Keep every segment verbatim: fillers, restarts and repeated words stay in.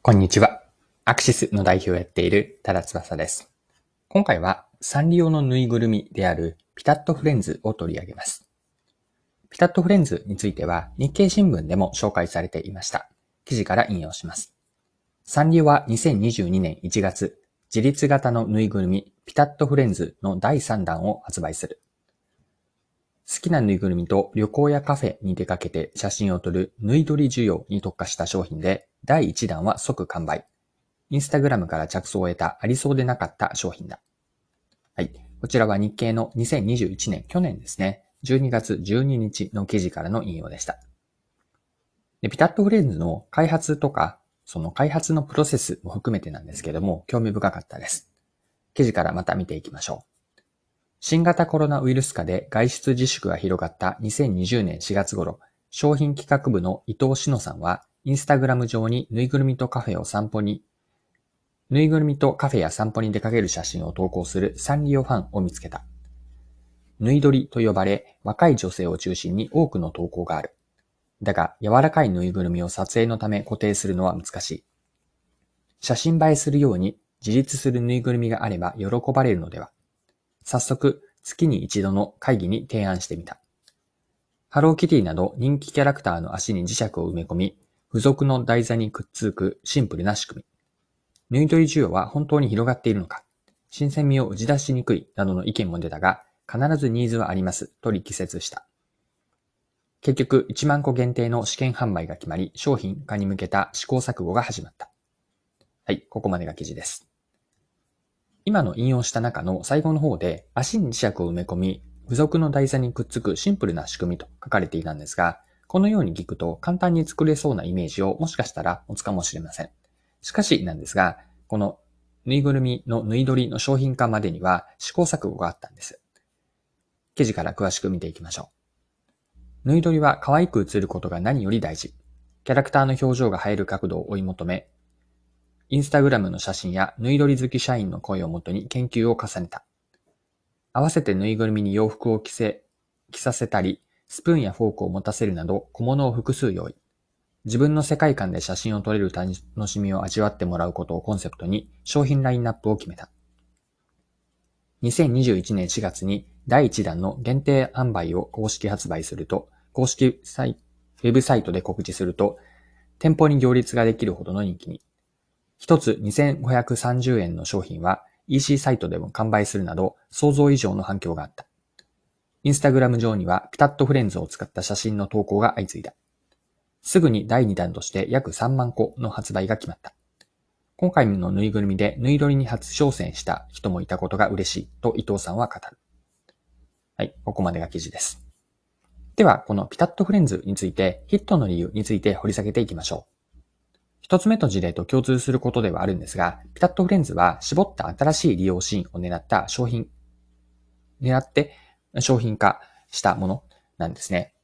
こんにちは。アクシスの代表をやっている多田翼です。今回はサンリオのぬいぐるみであるピタッとフレンズを取り上げます。ピタッとフレンズについては日経新聞でも紹介されていました。記事から引用します。サンリオはにせんにじゅうにねんいちがつ、自立型のぬいぐるみピタッとフレンズのだいさんだんを発売する。好きなぬいぐるみと旅行やカフェに出かけて写真を撮るぬい撮り需要に特化した商品で、だいいちだんは即完売。インスタグラムから着想を得たありそうでなかった商品だ。はい。こちらは日経のにせんにじゅういちねん、去年ですね、じゅうにがつじゅうににちの記事からの引用でした。でピタッとフレンズの開発とか、その開発のプロセスも含めてなんですけども、興味深かったです。記事からまた見ていきましょう。新型コロナウイルス禍で外出自粛が広がったにせんにじゅうねんしがつ頃、商品企画部の伊藤志乃さんは、インスタグラム上にぬいぐるみとカフェを散歩に、ぬいぐるみとカフェや散歩に出かける写真を投稿するサンリオファンを見つけた。ぬい撮りと呼ばれ、若い女性を中心に多くの投稿がある。だが、柔らかいぬいぐるみを撮影のため固定するのは難しい。写真映えするように自立するぬいぐるみがあれば喜ばれるのでは。早速、月に一度の会議に提案してみた。ハローキティなど人気キャラクターの足に磁石を埋め込み、付属の台座にくっつくシンプルな仕組み。ぬい撮り需要は本当に広がっているのか、新鮮味を打ち出しにくいなどの意見も出たが、必ずニーズはありますと力説した。結局いちまんこ限定の試験販売が決まり、商品化に向けた試行錯誤が始まった。はい、ここまでが記事です。今の引用した中の最後の方で、足に磁石を埋め込み、付属の台座にくっつくシンプルな仕組みと書かれていたんですが、このように聞くと簡単に作れそうなイメージをもしかしたら持つかもしれません。しかしなんですが、このぬいぐるみのぬい撮りの商品化までには試行錯誤があったんです。記事から詳しく見ていきましょう。ぬい撮りは可愛く映ることが何より大事。キャラクターの表情が映える角度を追い求め、インスタグラムの写真やぬい撮り好き社員の声をもとに研究を重ねた。合わせてぬいぐるみに洋服を着せ、着させたり、スプーンやフォークを持たせるなど小物を複数用意。自分の世界観で写真を撮れる楽しみを味わってもらうことをコンセプトに商品ラインナップを決めた。にせんにじゅういちねんしがつにだいいちだんの限定販売を公式発売すると、公式サイウェブサイトで告知すると、店舗に行列ができるほどの人気に。一つにせんごひゃくさんじゅうえんの商品は イーシー サイトでも完売するなど想像以上の反響があった。インスタグラム上にはピタッとフレンズを使った写真の投稿が相次いだ。すぐにだいにだんとして約さんまんこの発売が決まった。今回のぬいぐるみでぬい撮りに初挑戦した人もいたことが嬉しいと伊藤さんは語る。はい、ここまでが記事です。では、このピタッとフレンズについてヒットの理由について掘り下げていきましょう。一つ目の事例と共通することではあるんですが、ピタッとフレンズは絞った新しい利用シーンを狙った商品、狙って商品化したものなんですね。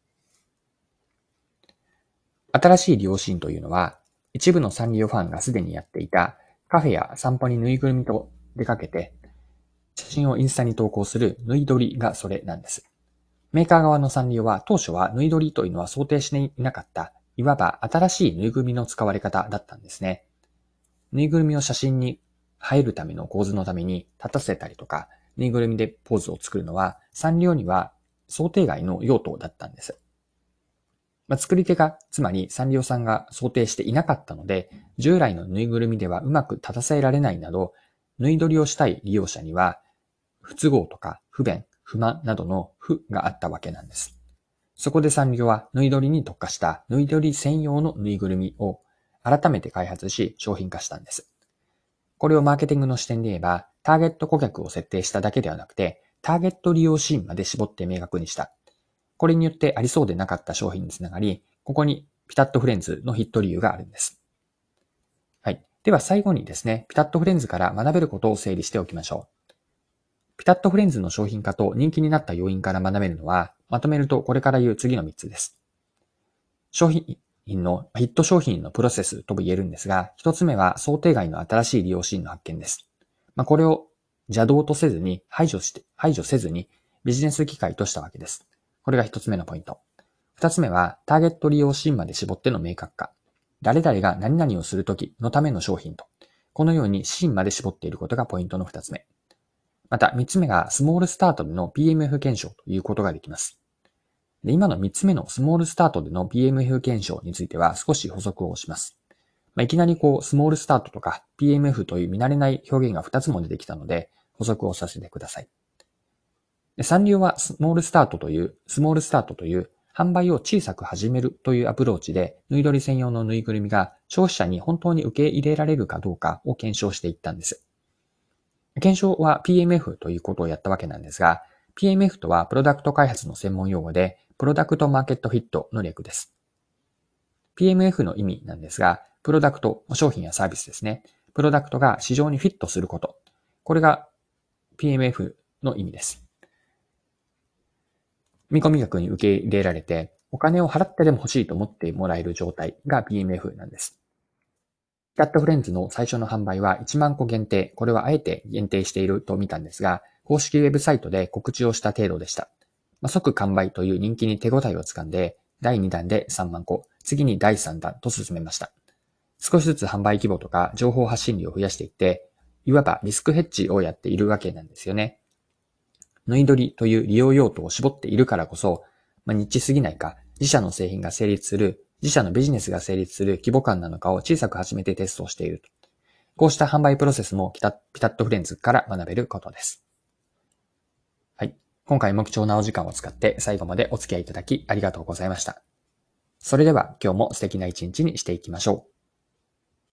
新しい利用シーンというのは、一部のサンリオファンがすでにやっていたカフェや散歩にぬいぐるみと出かけて、写真をインスタに投稿するぬい撮りがそれなんです。メーカー側のサンリオは当初はぬい撮りというのは想定していなかった、いわば新しいぬいぐるみの使われ方だったんですね。ぬいぐるみを写真に映えるための構図のために立たせたりとか、ぬいぐるみでポーズを作るのはサンリオには想定外の用途だったんです。まあ、作り手が、つまりサンリオさんが想定していなかったので、従来のぬいぐるみではうまく立たせられないなど、ぬい撮りをしたい利用者には、不都合とか不便、不満などの不があったわけなんです。そこでサンリオはぬい撮りに特化したぬい撮り専用のぬいぐるみを改めて開発し商品化したんです。これをマーケティングの視点で言えば、ターゲット顧客を設定しただけではなくて、ターゲット利用シーンまで絞って明確にした。これによってありそうでなかった商品につながり、ここにピタッとフレンズのヒット理由があるんです。はい。では最後にですね、ピタッとフレンズから学べることを整理しておきましょう。ピタッとフレンズの商品化と人気になった要因から学べるのは、まとめるとこれから言う次のみっつです。商品の、ヒット商品のプロセスとも言えるんですが、一つ目は想定外の新しい利用シーンの発見です。まあ、これを邪道とせずに排除して、排除せずにビジネス機会としたわけです。これが一つ目のポイント。二つ目はターゲット利用シーンまで絞っての明確化。 誰々が何々をするときのための商品と、このようにシーンまで絞っていることがポイントの二つ目。また三つ目がスモールスタートでの ピーエムエフ 検証ということができます。で、今の三つ目のスモールスタートでの ピーエムエフ 検証については少し補足をします。まあ、いきなりこうスモールスタートとか ピーエムエフ という見慣れない表現が二つも出てきたので補足をさせてください。で、サンリオはスモールスタートという、スモールスタートという販売を小さく始めるというアプローチで、縫い取り専用の縫いぐるみが消費者に本当に受け入れられるかどうかを検証していったんです。検証は ピーエムエフ ということをやったわけなんですが、ピーエムエフ とはプロダクト開発の専門用語で、プロダクトマーケットフィットの略です。ピーエムエフ の意味なんですが、プロダクト、商品やサービスですね。プロダクトが市場にフィットすること。これが ピーエムエフ の意味です。見込み額に受け入れられて、お金を払ってでも欲しいと思ってもらえる状態が ピーエムエフ なんです。キャットフレンズの最初の販売はいちまんこ限定、これはあえて限定していると見たんですが、公式ウェブサイトで告知をした程度でした。まあ、即完売という人気に手応えをつかんで、だいにだんでさんまんこ、次にだいさんだんと進めました。少しずつ販売規模とか情報発信量を増やしていって、いわばリスクヘッジをやっているわけなんですよね。縫い取りという利用用途を絞っているからこそ、まあ、ニッチすぎないか、自社の製品が成立する、自社のビジネスが成立する規模感なのかを小さく始めてテストをしていると。こうした販売プロセスもピタピタッとフレンズから学べることです。はい。今回も貴重なお時間を使って最後までお付き合いいただきありがとうございました。それでは今日も素敵な一日にしていきましょう。